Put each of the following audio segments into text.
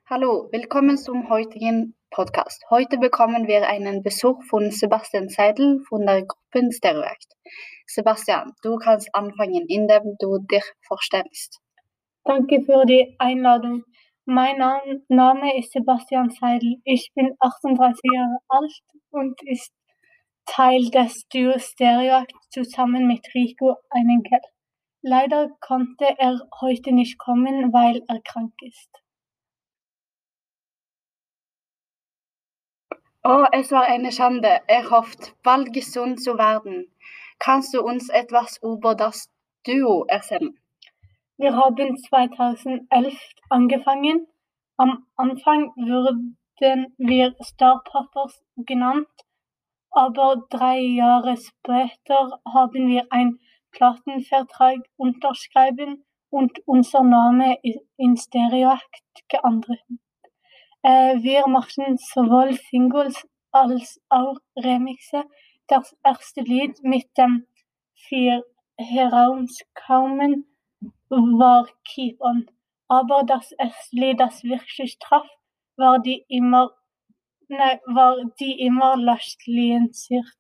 Hallo, willkommen zum heutigen Podcast. Heute bekommen wir einen Besuch von Sebastian Seidel von der Gruppe Stereoact. Sebastian, du kannst anfangen, indem du dich vorstellst. Danke für die Einladung. Mein Name ist Sebastian Seidel. Ich bin 38 Jahre alt und ist Teil des Duo Stereoact zusammen mit Rico Einenkel. Leider konnte er heute nicht kommen, weil er krank ist. Oh, es war eine Schande. Er hofft, bald gesund zu werden. Kannst du uns etwas über das Duo erzählen? Wir haben 2011 angefangen. Am Anfang wurden wir Star Poppers genannt, aber 3 Jahre später haben wir einen Plattenvertrag unterschrieben und unser Name in Stereoact geändert. Wir machen sowohl Singles als auch Remixe. Das erste Lied mit dem 4 herauskommen war Keep On. Aber das erste Lied, das wirklich traf, war die immer lizenziert.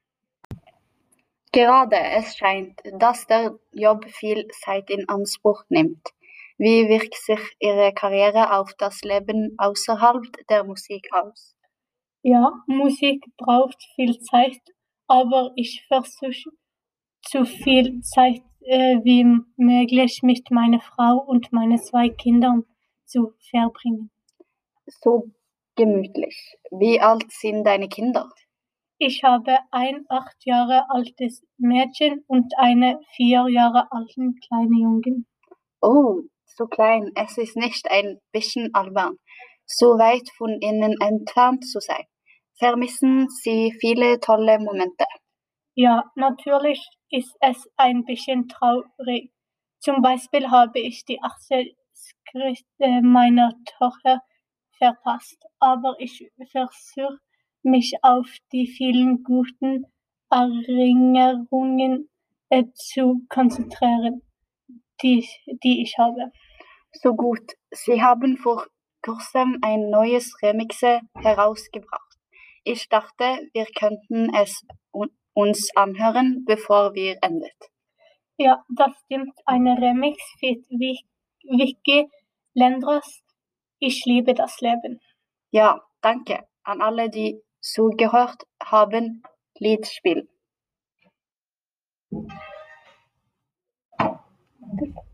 Gerade es scheint, dass der Job viel Zeit in Anspruch nimmt. Wie wirkt sich Ihre Karriere auf das Leben außerhalb der Musik aus? Ja, Musik braucht viel Zeit, aber ich versuche so viel Zeit wie möglich mit meiner Frau und meinen 2 Kindern zu verbringen. So gemütlich. Wie alt sind deine Kinder? Ich habe ein 8 Jahre altes Mädchen und einen 4 Jahre alten kleinen Jungen. Oh, so klein. Es ist nicht ein bisschen albern, so weit von ihnen entfernt zu sein. Vermissen Sie viele tolle Momente? Ja, natürlich ist es ein bisschen traurig. Zum Beispiel habe ich die 80. meiner Tochter verpasst, aber ich versuche mich auf die vielen guten Erinnerungen zu konzentrieren, die ich habe. So gut. Sie haben vor kurzem ein neues Remixe herausgebracht. Ich dachte, wir könnten es uns anhören, bevor wir endet. Ja, das stimmt. Eine Remix mit Vicky Lendros. Ich liebe das Leben. Ja, danke an alle, die zugehört haben. Lied spielen.